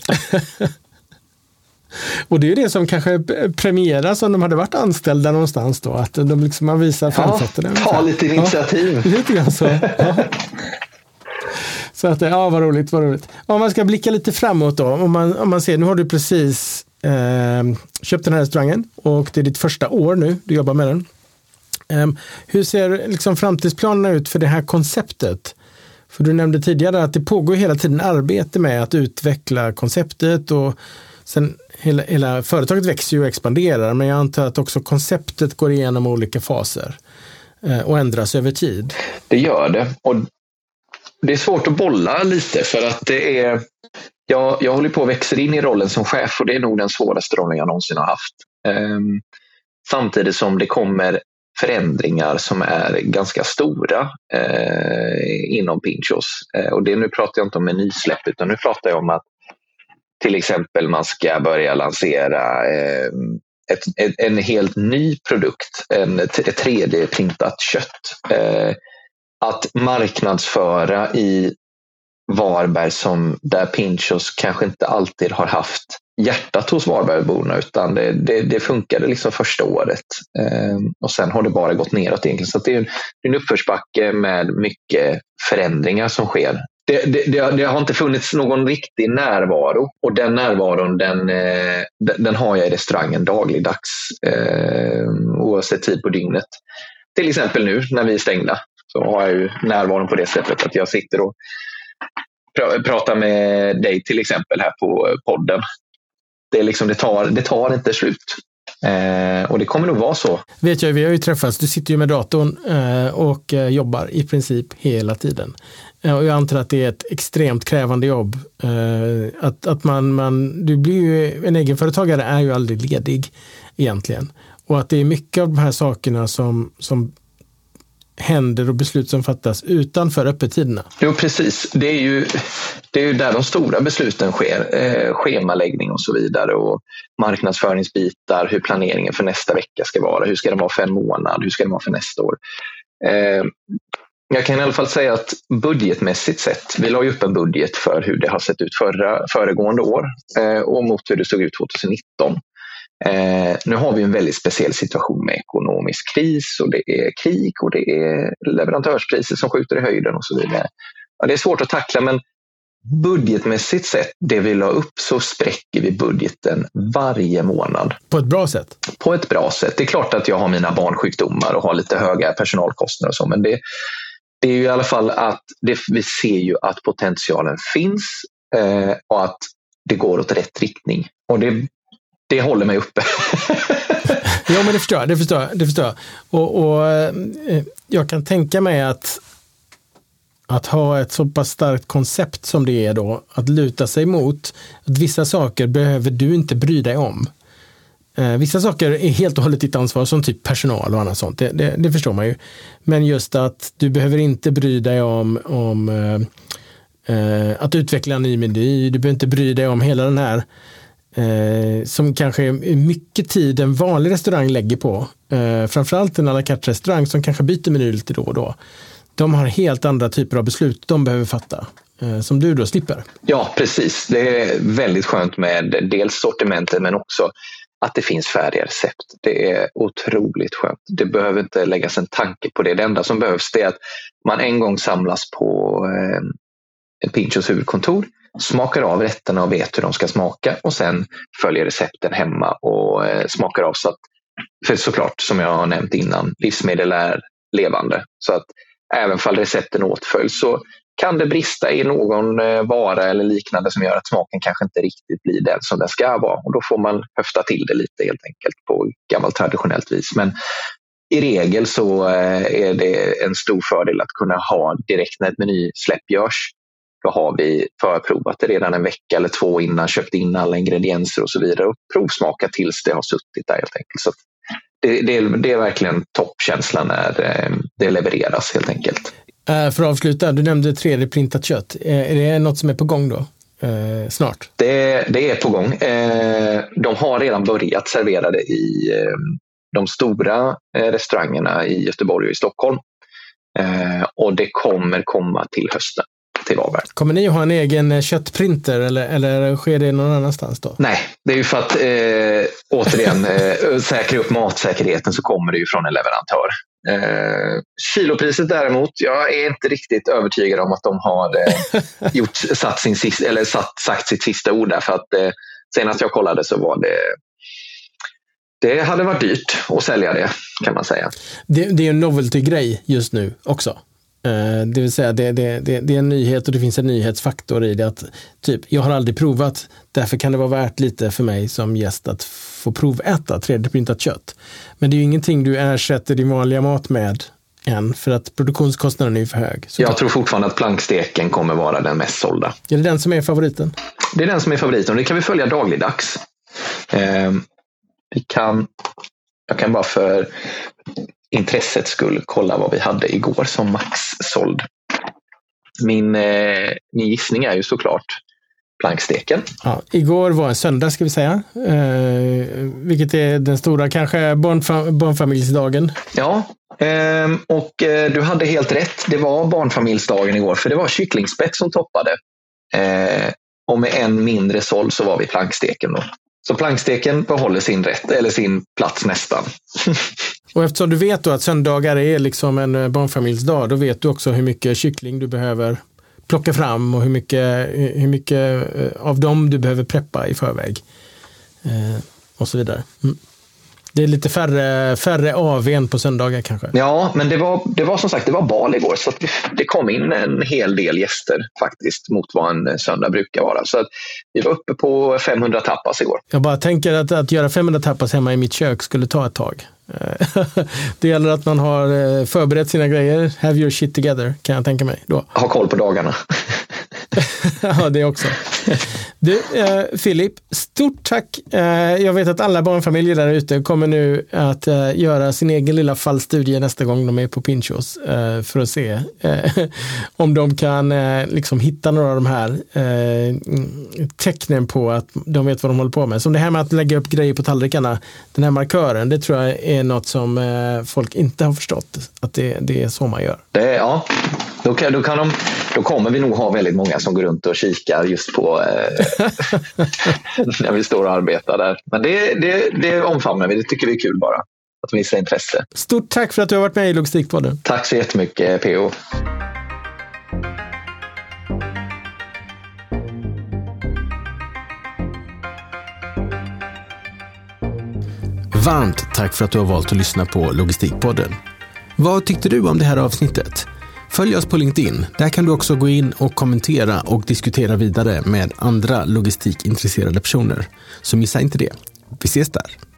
Och det är ju det som kanske premieras om de hade varit anställda någonstans då. Att de liksom har visat framfötterna. Ja, ta lite initiativ. Ja, lite grann så. Ja. Så att, vad roligt. Om man ska blicka lite framåt då. Om man ser, nu har du precis köpt den här restaurangen och det är ditt första år nu, du jobbar med den. Hur ser liksom framtidsplanerna ut för det här konceptet? För du nämnde tidigare att det pågår hela tiden arbete med att utveckla konceptet, och sen hela företaget växer ju och expanderar, men jag antar att också konceptet går igenom olika faser och ändras över tid. Det gör det, och det är svårt att bolla lite för att det är, jag håller på att växa in i rollen som chef, och det är nog den svåraste rollen jag någonsin har haft. Samtidigt som det kommer förändringar som är ganska stora inom Pinchos. Och nu pratar jag inte om menysläpp, utan nu pratar jag om att till exempel man ska börja lansera en helt ny produkt, ett 3D-printat kött. Att marknadsföra i Varberg där Pinchos kanske inte alltid har haft hjärtat hos Varbergborna, utan det funkade liksom första året. Och sen har det bara gått neråt egentligen. Så det är en uppförsbacke med mycket förändringar som sker. Det har inte funnits någon riktig närvaro, och den närvaron den har jag i restaurangen dagligdags, oavsett tid på dygnet. Till exempel nu när vi är stängda så har jag ju närvaron på det sättet att jag sitter och pratar med dig till exempel här på podden. Det är liksom, det tar inte slut. Och det kommer nog vara så. Vet jag, vi har ju träffats, du sitter ju med datorn och jobbar i princip hela tiden. Och jag antar att det är ett extremt krävande jobb. Att du blir ju, en egenföretagare är ju aldrig ledig egentligen. Och att det är mycket av de här sakerna som händer och beslut som fattas utanför öppettiderna. Jo, precis. Det är ju där de stora besluten sker. Schemaläggning och så vidare, och marknadsföringsbitar, hur planeringen för nästa vecka ska vara. Hur ska den vara för en månad? Hur ska den vara för nästa år? Jag kan i alla fall säga att budgetmässigt sett, vi la ju upp en budget för hur det har sett ut föregående år och mot hur det såg ut 2019. Nu har vi en väldigt speciell situation med ekonomisk kris, och det är krig och det är leverantörspriser som skjuter i höjden och så vidare. Ja, det är svårt att tackla, men budgetmässigt sett, det vi la upp, så spräcker vi budgeten varje månad. På ett bra sätt? På ett bra sätt. Det är klart att jag har mina barnsjukdomar och har lite höga personalkostnader och så, men det är ju i alla fall att vi ser ju att potentialen finns och att det går åt rätt riktning. Och det håller mig uppe. Ja, men det förstår jag. Och jag kan tänka mig att ha ett så pass starkt koncept som det är då, att luta sig mot, att vissa saker behöver du inte bry dig om. Vissa saker är helt och hållet ditt ansvar, som typ personal och annat sånt. Det förstår man ju. Men just att du behöver inte bry dig om att utveckla en ny meny. Du behöver inte bry dig om hela den här som kanske är mycket tid en vanlig restaurang lägger på. Framförallt en à la carte restaurang som kanske byter meny lite då och då. De har helt andra typer av beslut de behöver fatta, som du då slipper. Ja, precis. Det är väldigt skönt med dels sortimentet, men också att det finns färdiga recept. Det är otroligt skönt. Det behöver inte läggas en tanke på det. Det enda som behövs är att man en gång samlas på en Pinchos huvudkontor, smakar av rätterna och vet hur de ska smaka, och sen följer recepten hemma och smakar av. Så att, för såklart, som jag har nämnt innan, livsmedel är levande. Så att även fall recepten åtföljs så kan det brista i någon vara eller liknande som gör att smaken kanske inte riktigt blir den som den ska vara. Och då får man höfta till det lite helt enkelt på gammalt traditionellt vis. Men i regel så är det en stor fördel att kunna ha direkt när ett menysläpp görs. Då har vi förprovat det redan en vecka eller två innan, köpt in alla ingredienser och så vidare och provsmaka tills det har suttit där helt enkelt. Så det är verkligen toppkänslan när det levereras helt enkelt. För att avsluta, du nämnde 3D-printat kött. Är det något som är på gång då? Snart? Det är på gång. De har redan börjat servera det i de stora restaurangerna i Göteborg och i Stockholm. Och det kommer komma till hösten. Till Varberg. Kommer ni att ha en egen köttprinter eller sker det någon annanstans då? Nej, det är ju för att återigen säkra upp matsäkerheten, så kommer det ju från en leverantör. Kilopriset däremot, jag är inte riktigt övertygad om att de har sagt sitt sista ord där, för att senast jag kollade så var det hade varit dyrt att sälja det, kan man säga. Det är en novelty-grej just nu också. Det vill säga det är en nyhet, och det finns en nyhetsfaktor i det, att typ, jag har aldrig provat, därför kan det vara värt lite för mig som gäst att få proväta 3D-printat kött. Men det är ju ingenting du ersätter din vanliga mat med än, för att produktionskostnaden är ju för hög. Så jag tror fortfarande att planksteken kommer vara den mest sålda. Är det den som är favoriten? Det är den som är favoriten, och det kan vi följa dagligdags. Jag kan bara för intressets skull kolla vad vi hade igår som max såld. Min gissning är ju såklart planksteken. Ja, igår var en söndag ska vi säga. Vilket är den stora kanske barnfamiljsdagen. Ja, och du hade helt rätt. Det var barnfamiljsdagen igår, för det var kycklingspett som toppade. Och med en mindre såll så var vi planksteken då. Så planksteken behåller sin rätt, eller sin plats nästan. Och eftersom du vet då att söndagar är liksom en barnfamiljsdag, då vet du också hur mycket kyckling du behöver plocka fram och hur mycket av dem du behöver preppa i förväg. Och så vidare. Det är lite färre AW:n på söndagar kanske. Ja, men det var som sagt, det var bal igår, så att det kom in en hel del gäster faktiskt mot vad en söndag brukar vara. Så att vi var uppe på 500 tapas igår. Jag bara tänker att göra 500 tapas hemma i mitt kök skulle ta ett tag. Det gäller att man har förberett sina grejer. Have your shit together, kan jag tänka mig då. Ha koll på dagarna. Ja, det också. Du, Filip, stort tack. Jag vet att alla barnfamiljer där ute kommer nu att göra sin egen lilla fallstudie nästa gång de är på Pinchos för att se om de kan liksom hitta några av de här tecknen på att de vet vad de håller på med. Som det här med att lägga upp grejer på tallrikarna, den här markören, det tror jag är något som folk inte har förstått, att det är så man gör. Ja, då kommer vi nog ha väldigt många som går runt och kikar just på när vi står och arbetar där. Men det omfamnar vi, det tycker vi är kul bara. Att visa intresse. Stort tack för att du har varit med i Logistikpodden. Tack så jättemycket, PO. Varmt tack för att du har valt att lyssna på Logistikpodden. Vad tyckte du om det här avsnittet? Följ oss på LinkedIn. Där kan du också gå in och kommentera och diskutera vidare med andra logistikintresserade personer. Så missa inte det. Vi ses där.